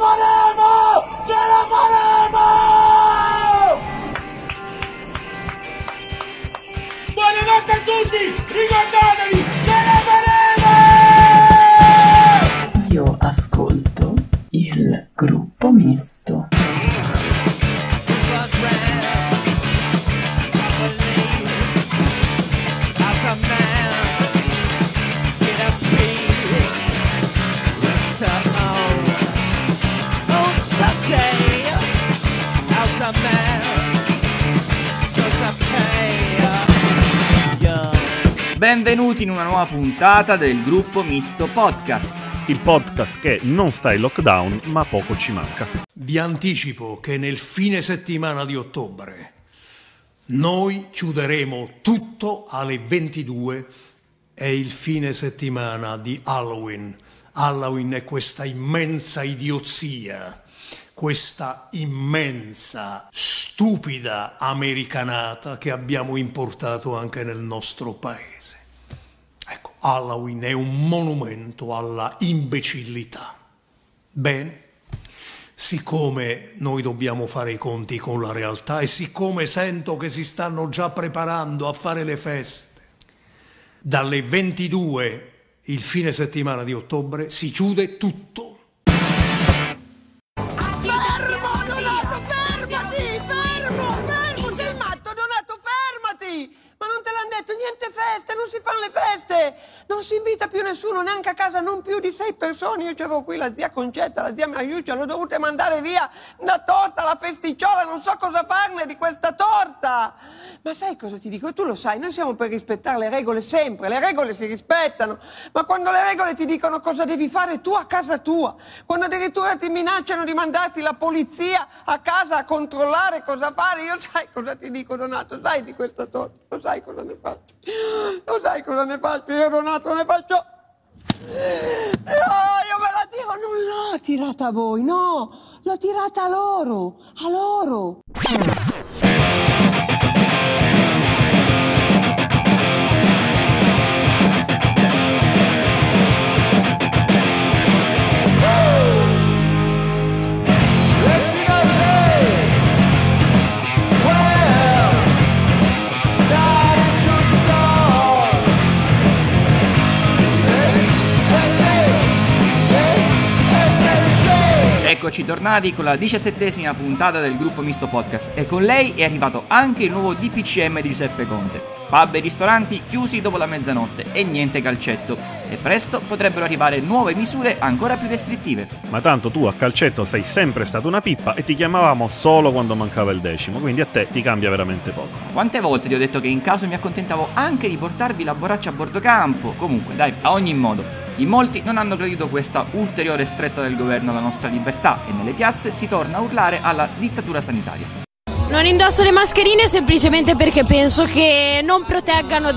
faremo! Ce la faremo! Buonanotte a tutti! Ricordatevi, ce la faremo! Io ascolto il gruppo misto. Benvenuti in una nuova puntata del Gruppo Misto Podcast. Il podcast che non sta in lockdown, ma poco ci manca. Vi anticipo che nel fine settimana di ottobre noi chiuderemo tutto alle 22. È il fine settimana di Halloween. Halloween è questa immensa idiozia, questa immensa, stupida americanata che abbiamo importato anche nel nostro paese. Ecco, Halloween è un monumento alla imbecillità. Bene, siccome noi dobbiamo fare i conti con la realtà e siccome sento che si stanno già preparando a fare le feste, dalle 22 il fine settimana di ottobre si chiude tutto. Ma non te l'hanno detto, niente feste, non si fanno le feste, non si invita più nessuno, neanche a casa, non più di 6 persone. Io c'avevo qui la zia Concetta, la zia Mariuccia, l'ho dovute mandare via una torta, la festicciola, non so cosa farne di questa torta. Ma sai cosa ti dico? Tu lo sai, noi siamo per rispettare le regole sempre, le regole si rispettano, ma quando le regole ti dicono cosa devi fare tu a casa tua, quando addirittura ti minacciano di mandarti la polizia a casa a controllare cosa fare, io sai cosa ti dico, Donato, sai di questa torta, lo sai cosa ne faccio, lo sai cosa ne faccio, io Donato ne faccio, io ve la tiro, non l'ho tirata a voi, no, l'ho tirata a loro, a loro. Eccoci tornati con la 17ª puntata del Gruppo Misto Podcast e con lei è arrivato anche il nuovo DPCM di Giuseppe Conte. Pub e ristoranti chiusi dopo la mezzanotte e niente calcetto. E presto potrebbero arrivare nuove misure ancora più restrittive. Ma tanto tu a calcetto sei sempre stato una pippa e ti chiamavamo solo quando mancava il decimo, quindi a te ti cambia veramente poco. Quante volte ti ho detto che in caso mi accontentavo anche di portarvi la borraccia a bordo campo? Comunque dai, a ogni modo. In molti non hanno gradito questa ulteriore stretta del governo alla nostra libertà e nelle piazze si torna a urlare alla dittatura sanitaria. Non indosso le mascherine semplicemente perché penso che non proteggano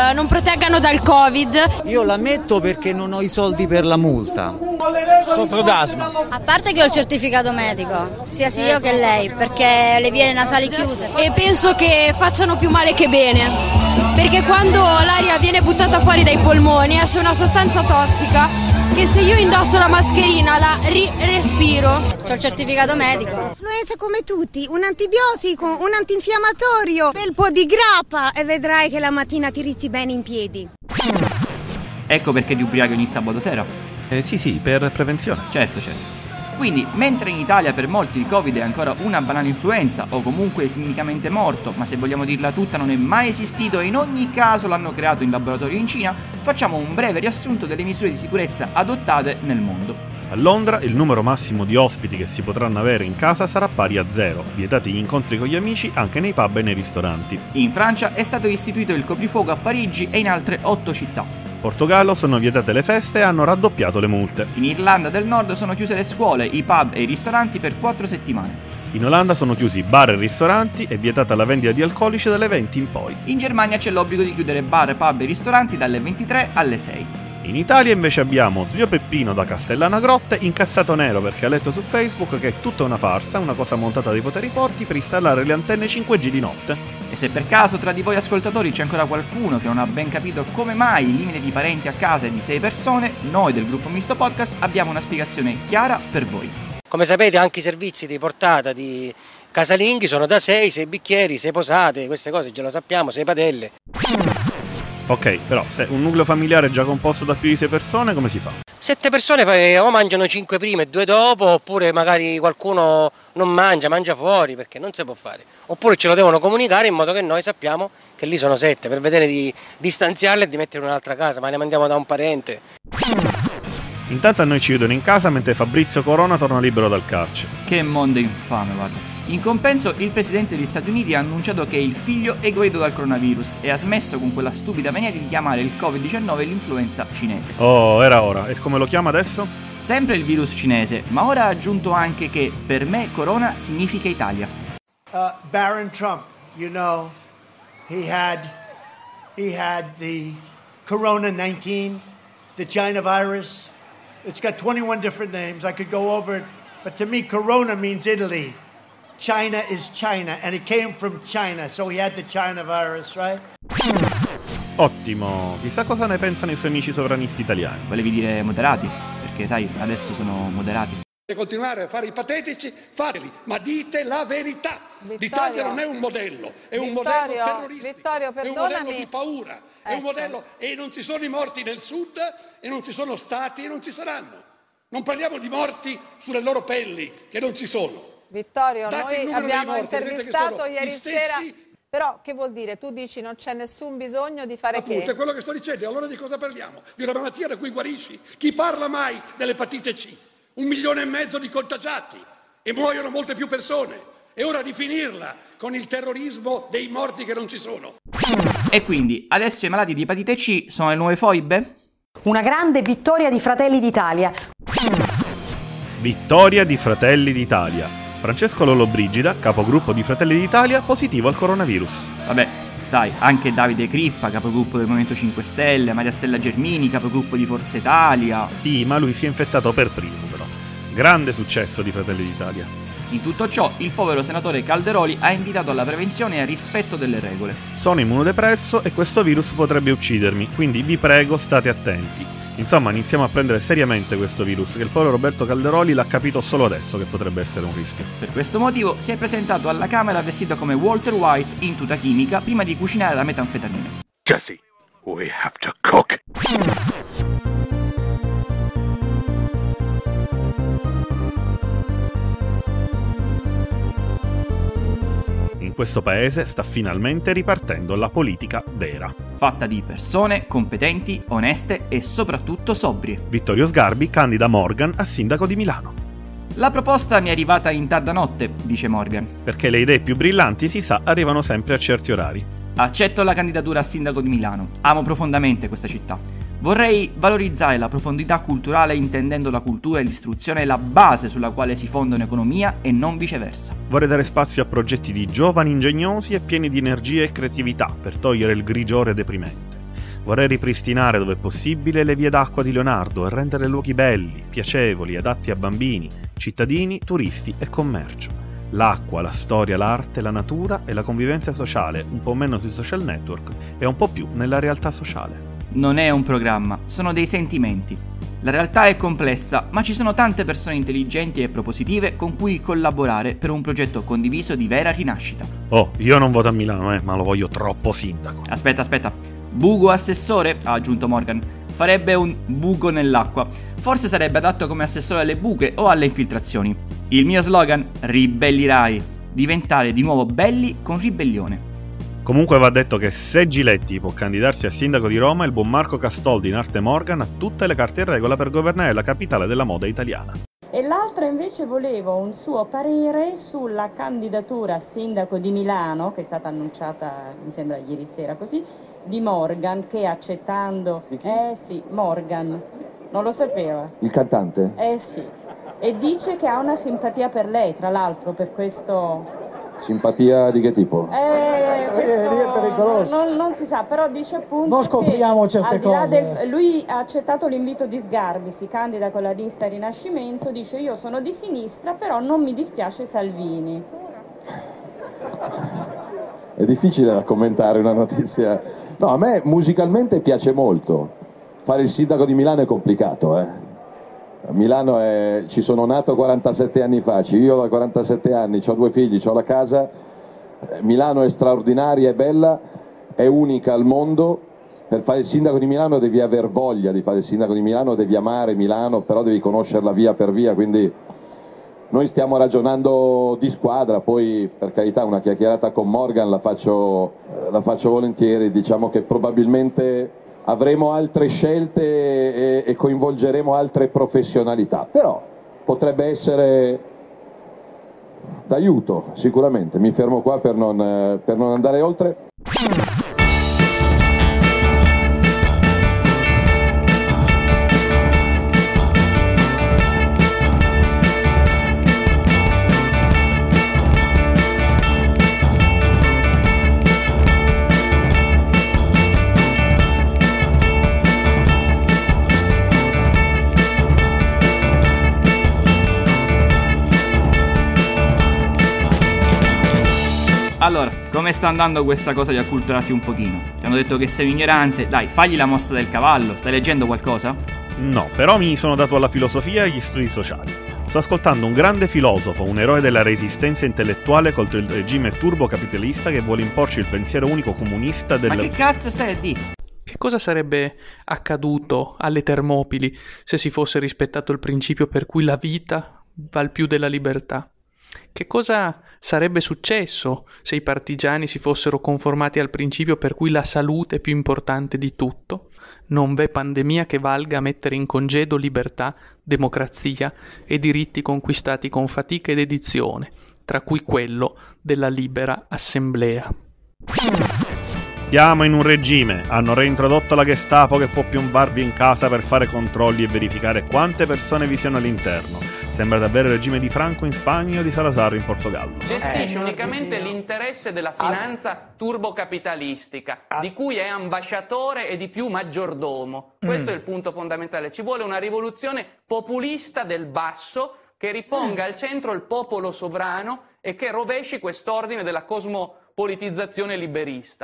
dal Covid. Io la metto perché non ho i soldi per la multa. Soffro d'asma. A parte che ho il certificato medico, sia io che lei, perché le vie nasali chiuse. E penso che facciano più male che bene, perché quando l'aria viene buttata fuori dai polmoni esce una sostanza tossica che se io indosso la mascherina la respiro. C'ho il certificato medico. Influenza come tutti, un antibiotico, un antinfiammatorio, un bel po' di grappa e vedrai che la mattina ti rizzi bene in piedi. Ecco perché ti ubriachi ogni sabato sera. Sì, per prevenzione. Certo. Quindi, mentre in Italia per molti il Covid è ancora una banale influenza o comunque clinicamente morto, ma se vogliamo dirla tutta non è mai esistito e in ogni caso l'hanno creato in laboratorio in Cina, facciamo un breve riassunto delle misure di sicurezza adottate nel mondo. A Londra il numero massimo di ospiti che si potranno avere in casa sarà pari a 0, vietati gli incontri con gli amici anche nei pub e nei ristoranti. In Francia è stato istituito il coprifuoco a Parigi e in altre 8 città. Portogallo sono vietate le feste e hanno raddoppiato le multe. In Irlanda del Nord sono chiuse le scuole, i pub e i ristoranti per 4 settimane. In Olanda sono chiusi bar e ristoranti e vietata la vendita di alcolici dalle 20 in poi. In Germania c'è l'obbligo di chiudere bar, pub e ristoranti dalle 23 alle 6. In Italia invece abbiamo zio Peppino da Castellana Grotte incazzato nero perché ha letto su Facebook che è tutta una farsa, una cosa montata dai poteri forti per installare le antenne 5G di notte. E se per caso tra di voi ascoltatori c'è ancora qualcuno che non ha ben capito come mai il limite di parenti a casa è di 6 persone, noi del Gruppo Misto Podcast abbiamo una spiegazione chiara per voi. Come sapete anche i servizi di portata di casalinghi sono da 6 bicchieri, 6 posate, queste cose già lo sappiamo, 6 padelle. Ok, però se un nucleo familiare è già composto da più di 6 persone, come si fa? 7 persone o mangiano 5 prima e 2 dopo, oppure magari qualcuno non mangia fuori, perché non si può fare. Oppure ce lo devono comunicare in modo che noi sappiamo che lì sono 7, per vedere di distanziarle e di mettere in un'altra casa, ma ne mandiamo da un parente. Intanto a noi ci chiudono in casa mentre Fabrizio Corona torna libero dal carcere. Che mondo infame, guarda. In compenso, il presidente degli Stati Uniti ha annunciato che il figlio è guarito dal coronavirus e ha smesso con quella stupida mania di chiamare il Covid-19 l'influenza cinese. Oh, era ora. E come lo chiama adesso? Sempre il virus cinese, ma ora ha aggiunto anche che per me corona significa Italia. Baron Trump, you know, he had the Corona-19, the China virus. It's got 21 different names. I could go over it, but to me, Corona means Italy. China is China, and it came from China, so he had the China virus, right? Ottimo. Chissà cosa ne pensano i suoi amici sovranisti italiani. Volevi dire moderati? Perché sai, adesso sono moderati. Se continuare a fare i patetici, fateli, ma dite la verità. L'Italia non è un modello, è un modello terroristico, è un modello di paura, è un modello, e non ci sono i morti nel sud, e non ci sono stati, e non ci saranno. Non parliamo di morti sulle loro pelli, che non ci sono. Vittorio, Date noi abbiamo morti, intervistato ieri sera, stessi... però che vuol dire? Tu dici non c'è nessun bisogno di fare Appunto, che? è quello che sto dicendo. Allora di cosa parliamo? Di una malattia da cui guarisci? Chi parla mai dell'epatite C? 1,5 milioni di contagiati e muoiono molte più persone. È ora di finirla con il terrorismo dei morti che non ci sono. E quindi, adesso i malati di epatite C sono le nuove foibe? Una grande vittoria di Fratelli d'Italia. Vittoria di Fratelli d'Italia. Francesco Lollobrigida, capogruppo di Fratelli d'Italia, positivo al coronavirus. Vabbè, dai, anche Davide Crippa, capogruppo del Movimento 5 Stelle, Maria Stella Gelmini, capogruppo di Forza Italia. Sì, ma lui si è infettato per primo, però. Grande successo di Fratelli d'Italia. In tutto ciò, il povero senatore Calderoli ha invitato alla prevenzione e al rispetto delle regole. Sono immunodepresso e questo virus potrebbe uccidermi, quindi vi prego state attenti. Insomma, iniziamo a prendere seriamente questo virus, che il povero Roberto Calderoli l'ha capito solo adesso che potrebbe essere un rischio. Per questo motivo si è presentato alla Camera vestito come Walter White in tuta chimica prima di cucinare la metanfetamina. Jesse, we have to cook. In questo paese sta finalmente ripartendo la politica vera. Fatta di persone competenti, oneste e soprattutto sobrie. Vittorio Sgarbi candida Morgan a sindaco di Milano. La proposta mi è arrivata in tarda notte, dice Morgan. Perché le idee più brillanti, si sa, arrivano sempre a certi orari. Accetto la candidatura a sindaco di Milano. Amo profondamente questa città. Vorrei valorizzare la profondità culturale intendendo la cultura e l'istruzione la base sulla quale si fonda un'economia e non viceversa. Vorrei dare spazio a progetti di giovani ingegnosi e pieni di energia e creatività per togliere il grigiore deprimente. Vorrei ripristinare dove è possibile le vie d'acqua di Leonardo e rendere luoghi belli, piacevoli, adatti a bambini, cittadini, turisti e commercio. L'acqua, la storia, l'arte, la natura e la convivenza sociale, un po' meno sui social network e un po' più nella realtà sociale. Non è un programma, sono dei sentimenti. La realtà è complessa, ma ci sono tante persone intelligenti e propositive con cui collaborare per un progetto condiviso di vera rinascita. Oh, io non voto a Milano, ma lo voglio troppo sindaco. Aspetta. Bugo assessore, ha aggiunto Morgan. Farebbe un buco nell'acqua. Forse sarebbe adatto come assessore alle buche o alle infiltrazioni. Il mio slogan? Ribellirai. Diventare di nuovo belli con ribellione. Comunque va detto che se Giletti può candidarsi a sindaco di Roma, il buon Marco Castoldi in arte Morgan ha tutte le carte in regola per governare la capitale della moda italiana. E l'altra invece volevo un suo parere sulla candidatura a sindaco di Milano, che è stata annunciata, mi sembra ieri sera così, di Morgan, che accettando... Di chi? Sì, Morgan. Non lo sapeva. Il cantante? Sì. E dice che ha una simpatia per lei, tra l'altro, per questo... Simpatia di che tipo? Questo Lì è pericoloso. non si sa, però dice appunto non scopriamo che, certe al di là cose. Lui ha accettato l'invito di Sgarbi, si candida con la lista Rinascimento, dice io sono di sinistra, però non mi dispiace Salvini. È difficile da commentare una notizia. No, a me musicalmente piace molto. Fare il sindaco di Milano è complicato, Milano ci sono nato 47 anni fa, io da 47 anni, ho 2 figli, ho la casa. Milano è straordinaria, è bella, è unica al mondo. Per fare il sindaco di Milano devi aver voglia di fare il sindaco di Milano, devi amare Milano, però devi conoscerla via per via, quindi noi stiamo ragionando di squadra, poi per carità una chiacchierata con Morgan la faccio volentieri, diciamo che probabilmente avremo altre scelte e coinvolgeremo altre professionalità, però potrebbe essere d'aiuto sicuramente. Mi fermo qua per non andare oltre. Allora, come sta andando questa cosa di acculturarti un pochino? Ti hanno detto che sei un ignorante, dai, fagli la mossa del cavallo, stai leggendo qualcosa? No, però mi sono dato alla filosofia e agli studi sociali. Sto ascoltando un grande filosofo, un eroe della resistenza intellettuale contro il regime turbocapitalista che vuole imporci il pensiero unico comunista del... Ma che cazzo stai a dire? Che cosa sarebbe accaduto alle Termopili se si fosse rispettato il principio per cui la vita val più della libertà? Che cosa sarebbe successo se i partigiani si fossero conformati al principio per cui la salute è più importante di tutto? Non v'è pandemia che valga a mettere in congedo libertà, democrazia e diritti conquistati con fatica ed dedizione, tra cui quello della libera assemblea. Siamo in un regime, hanno reintrodotto la Gestapo che può piombarvi in casa per fare controlli e verificare quante persone vi siano all'interno. Sembra davvero il regime di Franco in Spagna o di Salazar in Portogallo. Gestisce unicamente l'interesse della finanza turbocapitalistica, di cui è ambasciatore e di più maggiordomo. Questo è il punto fondamentale. Ci vuole una rivoluzione populista del basso che riponga al centro il popolo sovrano e che rovesci quest'ordine della cosmopolitizzazione liberista.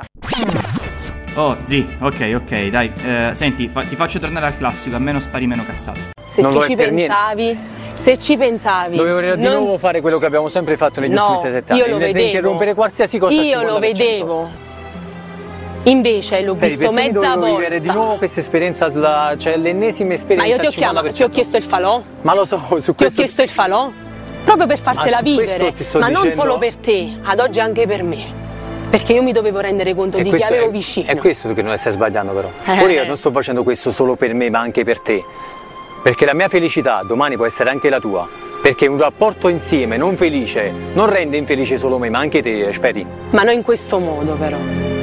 Oh, zi, ok, dai. Senti, ti faccio tornare al classico, almeno spari meno cazzate. Se non tu ci pensavi, se ci pensavi... Dovevo di nuovo fare quello che abbiamo sempre fatto negli ultimi 7 anni. Io lo vedevo. Interrompere qualsiasi cosa. Io lo vedevo. Invece l'ho visto mezza volta. Vivere di nuovo questa esperienza, cioè l'ennesima esperienza. Ma io ti ho chiesto il falò? Ma lo so, su questo... Ti ho chiesto il falò? Proprio per fartela vivere, ma non solo per te, ad oggi anche per me. Perché io mi dovevo rendere conto di chi avevo vicino. È questo che non stai sbagliando però. Pure io non sto facendo questo solo per me, ma anche per te. Perché la mia felicità domani può essere anche la tua. Perché un rapporto insieme non felice non rende infelice solo me, ma anche te, speri. Ma non in questo modo però.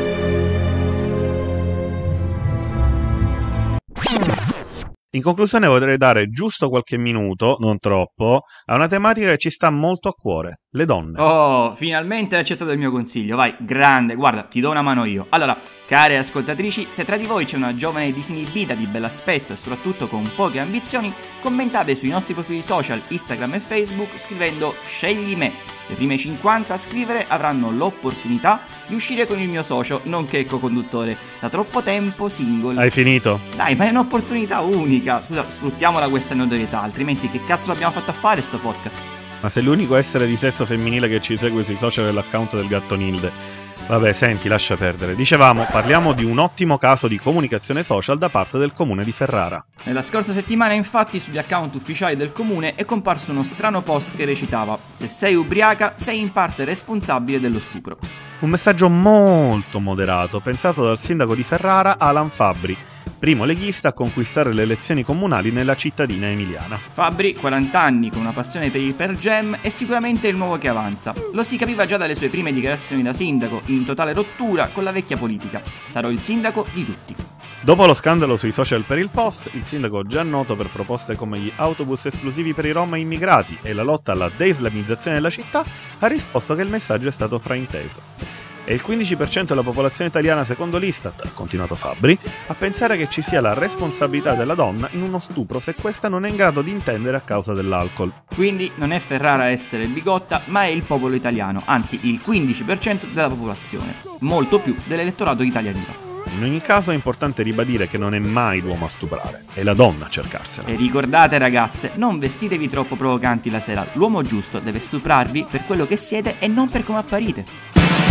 In conclusione vorrei dare giusto qualche minuto, non troppo, a una tematica che ci sta molto a cuore, le donne. Oh, finalmente hai accettato il mio consiglio, vai, grande, guarda, ti do una mano io. Allora, care ascoltatrici, se tra di voi c'è una giovane disinibita di bell'aspetto e soprattutto con poche ambizioni, commentate sui nostri profili social, Instagram e Facebook scrivendo "Scegli me". Le prime 50 a scrivere avranno l'opportunità di uscire con il mio socio, nonché co-conduttore, da troppo tempo single. Hai finito? Dai, ma è un'opportunità unica. Scusa, sfruttiamola questa notorietà, altrimenti che cazzo l'abbiamo fatto a fare sto podcast? Ma sei l'unico essere di sesso femminile che ci segue sui social dell'account del gatto Nilde. Vabbè, senti, lascia perdere. Dicevamo, parliamo di un ottimo caso di comunicazione social da parte del comune di Ferrara. Nella scorsa settimana, infatti, sugli account ufficiali del comune è comparso uno strano post che recitava: "Se sei ubriaca, sei in parte responsabile dello stupro". Un messaggio molto moderato, pensato dal sindaco di Ferrara, Alan Fabbri, primo leghista a conquistare le elezioni comunali nella cittadina emiliana. Fabbri, 40 anni, con una passione per il Pearl Jam, è sicuramente il nuovo che avanza. Lo si capiva già dalle sue prime dichiarazioni da sindaco, in totale rottura con la vecchia politica. Sarò il sindaco di tutti. Dopo lo scandalo sui social per il post, il sindaco, già noto per proposte come gli autobus esclusivi per i rom e immigrati e la lotta alla deislamizzazione della città, ha risposto che il messaggio è stato frainteso. E il 15% della popolazione italiana, secondo l'Istat, ha continuato Fabbri, a pensare che ci sia la responsabilità della donna in uno stupro se questa non è in grado di intendere a causa dell'alcol. Quindi non è Ferrara a essere bigotta, ma è il popolo italiano, anzi il 15% della popolazione, molto più dell'elettorato di Italia Viva. In ogni caso è importante ribadire che non è mai l'uomo a stuprare, è la donna a cercarsela. E ricordate ragazze, non vestitevi troppo provocanti la sera, l'uomo giusto deve stuprarvi per quello che siete e non per come apparite.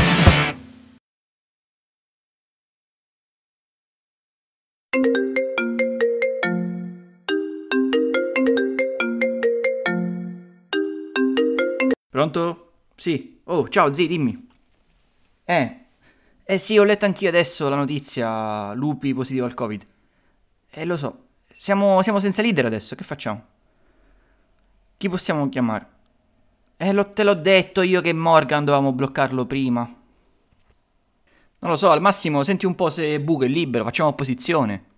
Pronto? Sì. Oh, ciao zii, dimmi. Sì, ho letto anch'io adesso la notizia, lupi positivo al Covid. Lo so, siamo senza leader adesso, che facciamo? Chi possiamo chiamare? Te l'ho detto io che Morgan dovevamo bloccarlo prima. Non lo so, al massimo senti un po' se Buco è libero, facciamo opposizione.